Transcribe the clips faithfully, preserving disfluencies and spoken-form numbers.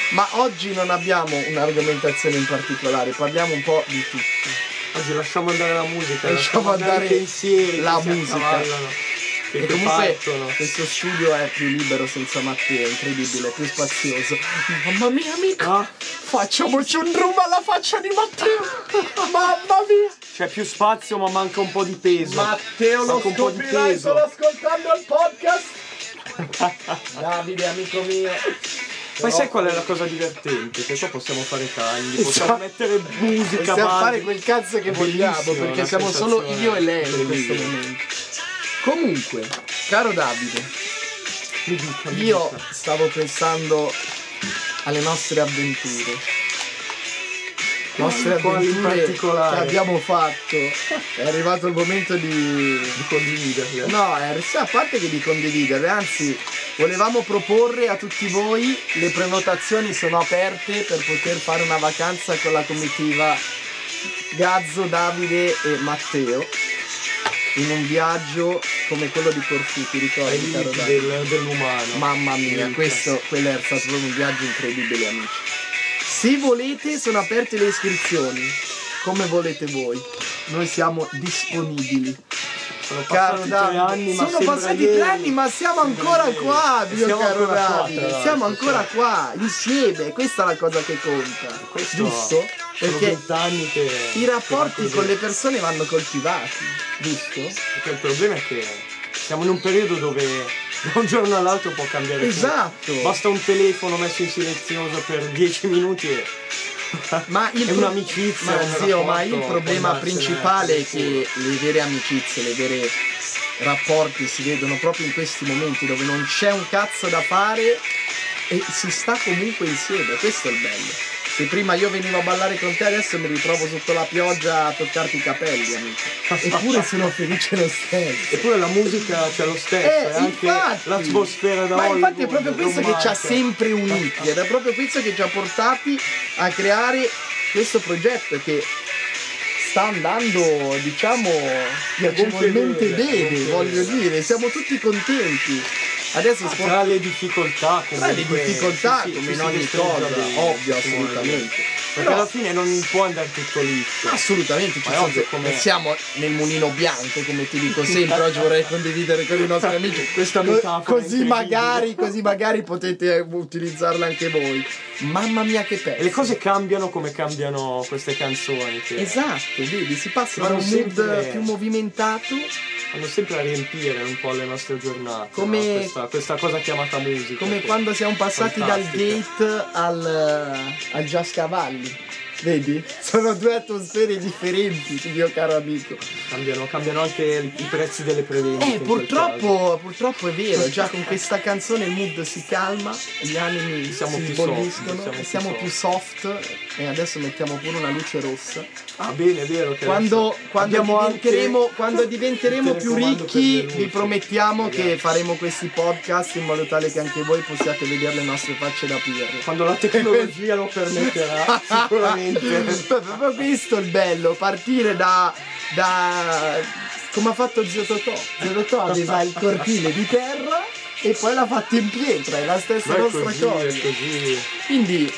Ma oggi non abbiamo un'argomentazione in particolare, parliamo un po' di tutto. Oggi lasciamo andare la musica, lasciamo andare i pensieri, la musica. Che e comunque partono. Questo studio è più libero senza Matteo, incredibile, più spazioso. Mamma mia amico, ah. facciamoci un drum alla faccia di Matteo. Mamma mia. C'è più spazio ma manca un po' di peso. Matteo lo scoprirai solo ascoltando il podcast. Davide amico mio. Ma sai qual è la cosa divertente? Che qua possiamo fare tagli, possiamo mettere musica, possiamo base. fare quel cazzo che vogliamo, perché siamo solo io e lei in questo momento. Comunque, caro Davide, mi dica, mi io dica. stavo pensando alle nostre avventure. Nostre avventure che abbiamo fatto. È arrivato il momento di, di condividerle. No, è, a parte che di condividerle, anzi volevamo proporre a tutti voi, le prenotazioni sono aperte per poter fare una vacanza con la comitiva Gazzo, Davide e Matteo in un viaggio come quello di Corfù, ti ricordi, caro Davide? Del, dell'umano. Mamma mia, questo, quello è stato proprio un viaggio incredibile, amici. Se volete sono aperte le iscrizioni, come volete voi, noi siamo disponibili. Sono passati tre anni, ma sono passati tre anni, ma siamo ancora qua, mio caro Davide. Siamo ancora qua, insieme, questa è la cosa che conta, questo giusto? Perché anni che i rapporti che con le persone vanno coltivati, giusto? Perché il problema è che siamo in un periodo dove da un giorno all'altro può cambiare esatto. tutto. Basta un telefono messo in silenzioso per dieci minuti e ma il è pro- un'amicizia. Ma un zio, ma il problema principale è che le vere amicizie, le vere rapporti si vedono proprio in questi momenti dove non c'è un cazzo da fare e si sta comunque insieme, questo è il bello. Se prima io venivo a ballare con te, adesso mi ritrovo sotto la pioggia a toccarti i capelli, amico. Eppure sono felice lo stesso. Eppure la musica c'è lo stesso, eh, è anche infatti, l'atmosfera da ma Hollywood, infatti è proprio questo che ci ha sempre uniti ed è proprio questo che ci ha portati a creare questo progetto che sta andando, diciamo, piacevolmente bene, bene, voglio dire, siamo tutti contenti. Adesso ah, tra le difficoltà comunque, tra le difficoltà sì, come in sì, ogni sì, cosa, sì, ovvio, sì, assolutamente. Perché alla fine non può andare tutto liscio. Assolutamente, ci sono, come... siamo nel mulino bianco, come ti dico sempre. Oggi vorrei condividere con i nostri amici questa metafora, così magari, così magari potete utilizzarla anche voi. Mamma mia che pezzo. E le cose cambiano come cambiano queste canzoni che... Esatto, vedi, si passa da un mood sempre... più movimentato, vanno sempre a riempire un po' le nostre giornate, come no? questa, questa cosa chiamata musica, come quando siamo passati fantastica. Dal gate al, al Jazz Cavalli, vedi? Sono due atmosfere differenti, mio caro amico. Cambiano, cambiano anche i prezzi delle prevendite. Eh, purtroppo, purtroppo è vero, già con questa canzone il mood si calma, gli animi siamo si bolliscono, siamo, siamo più soft e adesso mettiamo pure una luce rossa. Ah bene, è vero che quando, quando diventeremo, quando diventeremo più ricchi vi promettiamo esatto. che faremo questi podcast in modo tale che anche voi possiate vedere le nostre facce da pirri. Quando la tecnologia lo permetterà, sicuramente. Proprio questo è il bello, partire da, da come ha fatto zio Totò. Zio Totò aveva il cortile di terra e poi l'ha fatto in pietra, è la stessa Beh, nostra così, cosa. Così. Quindi,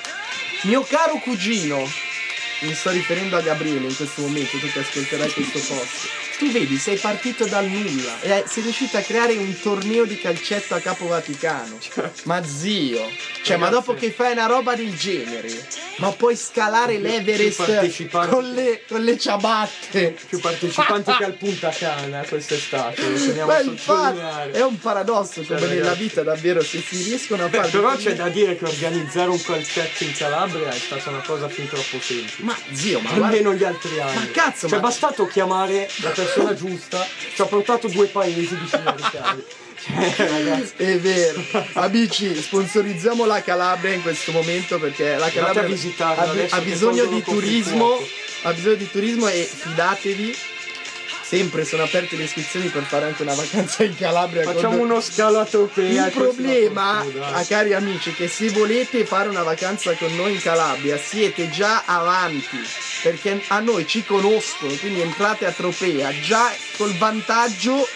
mio caro cugino, mi sto riferendo a Gabriele in questo momento, tu che ascolterai questo post. Tu vedi, sei partito dal nulla e sei riuscito a creare un torneo di calcetto a Capo Vaticano. Ma zio, cioè, ragazzi, ma dopo che fai una roba del genere, ma puoi scalare più, l'Everest più con, le, con le ciabatte. Più partecipanti che al Punta Cana quest'estate. Ma infatti, è un paradosso come Beh, nella ragazzi. vita, davvero, se si riescono a fare. Però c'è da dire che organizzare un calcetto in Calabria è stata una cosa fin troppo semplice. Ma zio, ma almeno guarda, gli altri anni. Ma cazzo, cioè, ma... è bastato chiamare la persona giusta, ci ha portato due paesi vicino all'Italia. Cioè, è vero, amici, sponsorizziamo la Calabria in questo momento perché la Calabria ha, ha bisogno di turismo, ha bisogno di turismo e fidatevi. Sempre sono aperte le iscrizioni per fare anche una vacanza in Calabria. Facciamo con... uno scalatopea. Il problema, ah, cari amici, è che se volete fare una vacanza con noi in Calabria siete già avanti, perché a noi ci conoscono, quindi entrate a Tropea già col vantaggio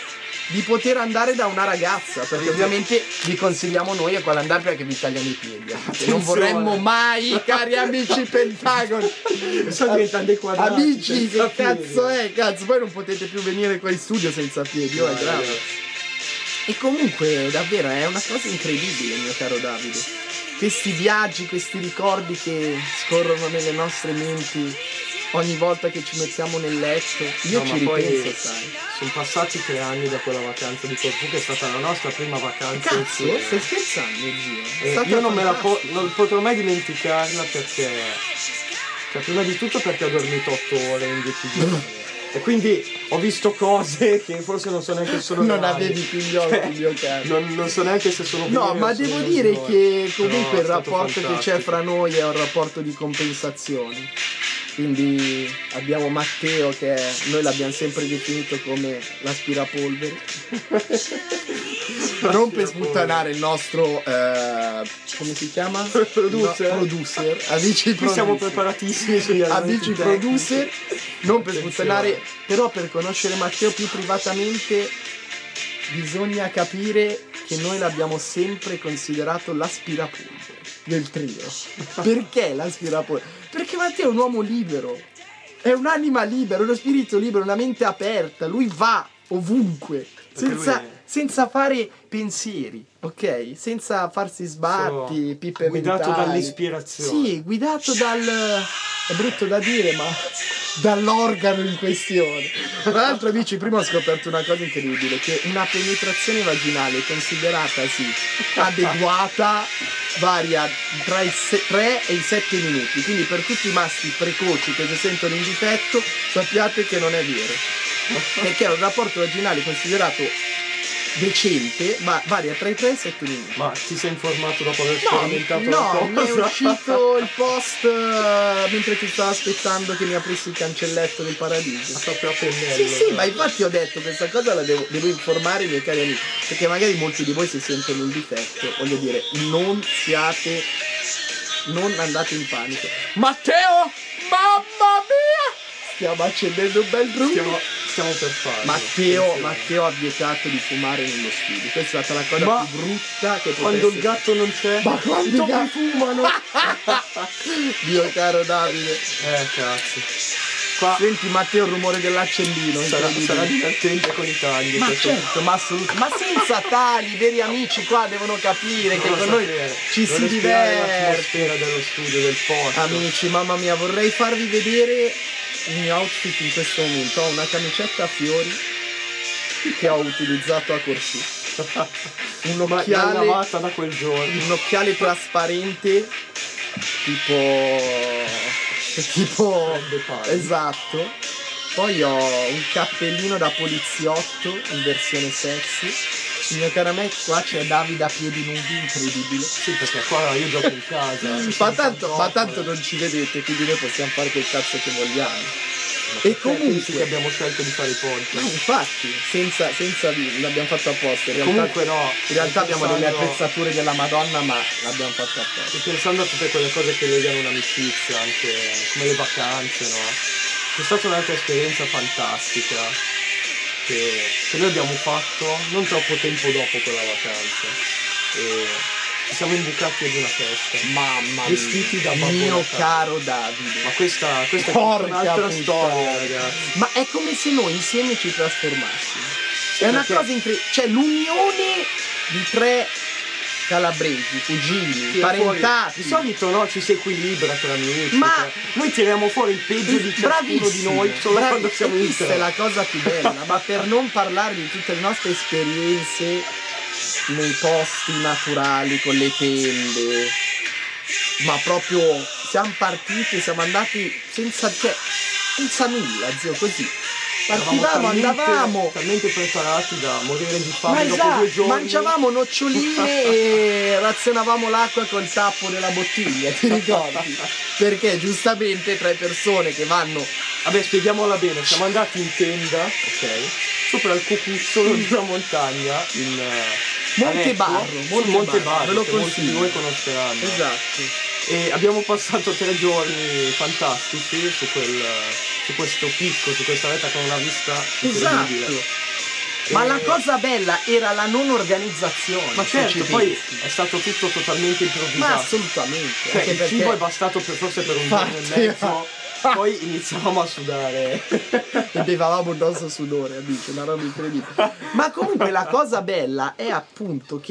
di poter andare da una ragazza, perché ovviamente vi consigliamo noi a quale andare perché vi tagliano i piedi. Eh. Non vorremmo mai, cari amici Pentagon, sto diventando dei quadrati, amici, che piedi. cazzo è? Cazzo, poi non potete più venire qua in studio senza piedi, oh, è grave. E comunque davvero è una cosa incredibile, mio caro Davide. Questi viaggi, questi ricordi che scorrono nelle nostre menti ogni volta che ci mettiamo nel letto. Io No, ci ma ripenso, poi sai. sono passati tre anni da quella vacanza di Corfù, che è stata la nostra prima vacanza Cazzo, insieme. stai scherzando, zio? È Eh, stata io non me la po- fantastica. non potrò mai dimenticarla perché, cioè, prima di tutto perché ho dormito otto ore in dieci giorni. E quindi ho visto cose che forse non so neanche se sono Non reali. avevi più gli occhi, Cioè, mio caro. non, non so neanche se sono No, veri o ma sono devo dire illusioni. che Però comunque è il stato rapporto che c'è fantastico. fra noi è un rapporto di compensazioni. Quindi abbiamo Matteo che è- noi l'abbiamo sempre definito come l'aspirapolvere. Non per sputtanare il nostro eh, come si chiama? Producer. No, producer. Amici Qui siamo producer. preparatissimi sugli argomenti Amici tecnici. producer, non per Attenzione. sputtanare, però per conoscere Matteo più privatamente bisogna capire che noi l'abbiamo sempre considerato l'aspirapolvere del trio. Perché l'aspirapolvere? Perché Matteo è un uomo libero, è un'anima libera, uno spirito libero, una mente aperta, lui va ovunque, senza, lui è- senza fare pensieri, ok? Senza farsi sbatti, Solo pippe guidato mentali. dall'ispirazione. Sì, guidato dal... è brutto da dire, ma dall'organo in questione. Tra l'altro, amici, prima ho scoperto una cosa incredibile, che una penetrazione vaginale considerata sì adeguata varia tra i tre e i sette minuti. Quindi per tutti i maschi precoci che si sentono in difetto, sappiate che non è vero. Perché un rapporto vaginale considerato decente, ma varia tra i tre e i sette minuti. Ma ti sei informato dopo aver No, sperimentato la no, cosa? mi è uscito il post eh, mentre ti stavo aspettando che mi aprissi il cancelletto del paradiso. Proprio a pennello. Sì, sì, ma infatti ho detto questa cosa la devo, devo informare i miei cari amici, perché magari molti di voi si sentono in difetto, voglio dire, non siate, non andate in panico. Matteo, mamma mia! Stiamo accendendo un bel drugo. Stiamo, stiamo per farlo. Matteo, Attenzione. Matteo ha vietato di fumare nello studio. Questa è stata la cosa Ma più brutta che Quando potesse... il gatto non c'è, Ma quando i i topi gatti- fumano. Dio caro Davide. Eh, cazzo. Qua Senti Matteo il rumore dell'accendino. sarà, incredibile. sarà divertente con i tagli. Ma questo- certo, ma, assolut- ma senza tagli, i veri amici qua devono capire che Non lo con noi sapere. ci Non si respirare diverte. l'atmosfera dello studio, del posto. Amici, mamma mia, vorrei farvi vedere il mio outfit in questo momento. Ho una camicetta a fiori che ho utilizzato a Corfù. Un Ma l'hai occhiale, lavata da quel giorno. un occhiale trasparente tipo tipo Fredde pari. esatto. Poi ho un cappellino da poliziotto in versione sexy. Il mio caro amico, qua c'è Davide a piedi nudi, incredibile. Sì, perché qua io gioco in casa. Ma tanto, ma tanto non ci vedete, quindi noi possiamo fare quel cazzo che vogliamo. E Pensi che comunque, abbiamo scelto di fare i ma podcast. infatti, senza, senza l'abbiamo fatto apposta. In realtà, Comunque no. in realtà abbiamo delle pensando- attrezzature della Madonna, ma l'abbiamo fatto apposta. E pensando a tutte quelle cose che legano un'amicizia, anche come le vacanze, no? C'è stata un'altra esperienza fantastica che, che noi abbiamo fatto non troppo tempo dopo quella vacanza. E ci siamo imbucati ad una festa. Mamma mia, Vestiti da Babbo mio Natale. caro Davide. Ma questa, questa è Porca tutta un'altra puttana. storia, ragazzi. Ma è come se noi insieme ci trasformassimo. Sì, È una perché- cosa incredibile. Cioè l'unione di tre calabresi, cugini, Tira fuori- parentati. Di solito no, ci si equilibra tra amici. Ma- cioè, noi tiriamo fuori il peggio di ciascuno di noi solo bravi- quando siamo in questa tre. è la cosa più bella, ma per non parlare di tutte le nostre esperienze nei posti naturali con le tende, ma proprio siamo partiti, siamo andati senza, cioè, senza nulla, zio, così. Partivamo, Eravamo talmente- andavamo. talmente preparati da morire di fame Ma dopo esatto, due giorni. mangiavamo noccioline e razionavamo l'acqua col tappo della bottiglia, ti ricordi? Perché giustamente tre persone che vanno Vabbè, spieghiamola bene, siamo andati in tenda, ok? Sopra il cucuzzolo di una montagna in eh, Monte a Lecco, Barro, sul Monte Monte Barro, Barro, ve lo che molti di consiglio. voi conosceranno. esatto. E abbiamo passato tre giorni fantastici su, quel, su questo picco, su questa vetta con una vista incredibile. Esatto. Ma E- la cosa bella era la non organizzazione. Ma se certo, ci poi pensi. è stato tutto totalmente improvvisato. Ma assolutamente. Cioè, anche il perché cibo è bastato per, forse per un giorno e Infatti, mezzo, poi iniziavamo a sudare. e bevavamo il nostro sudore, amici, una roba incredibile. Ma comunque la cosa bella è appunto che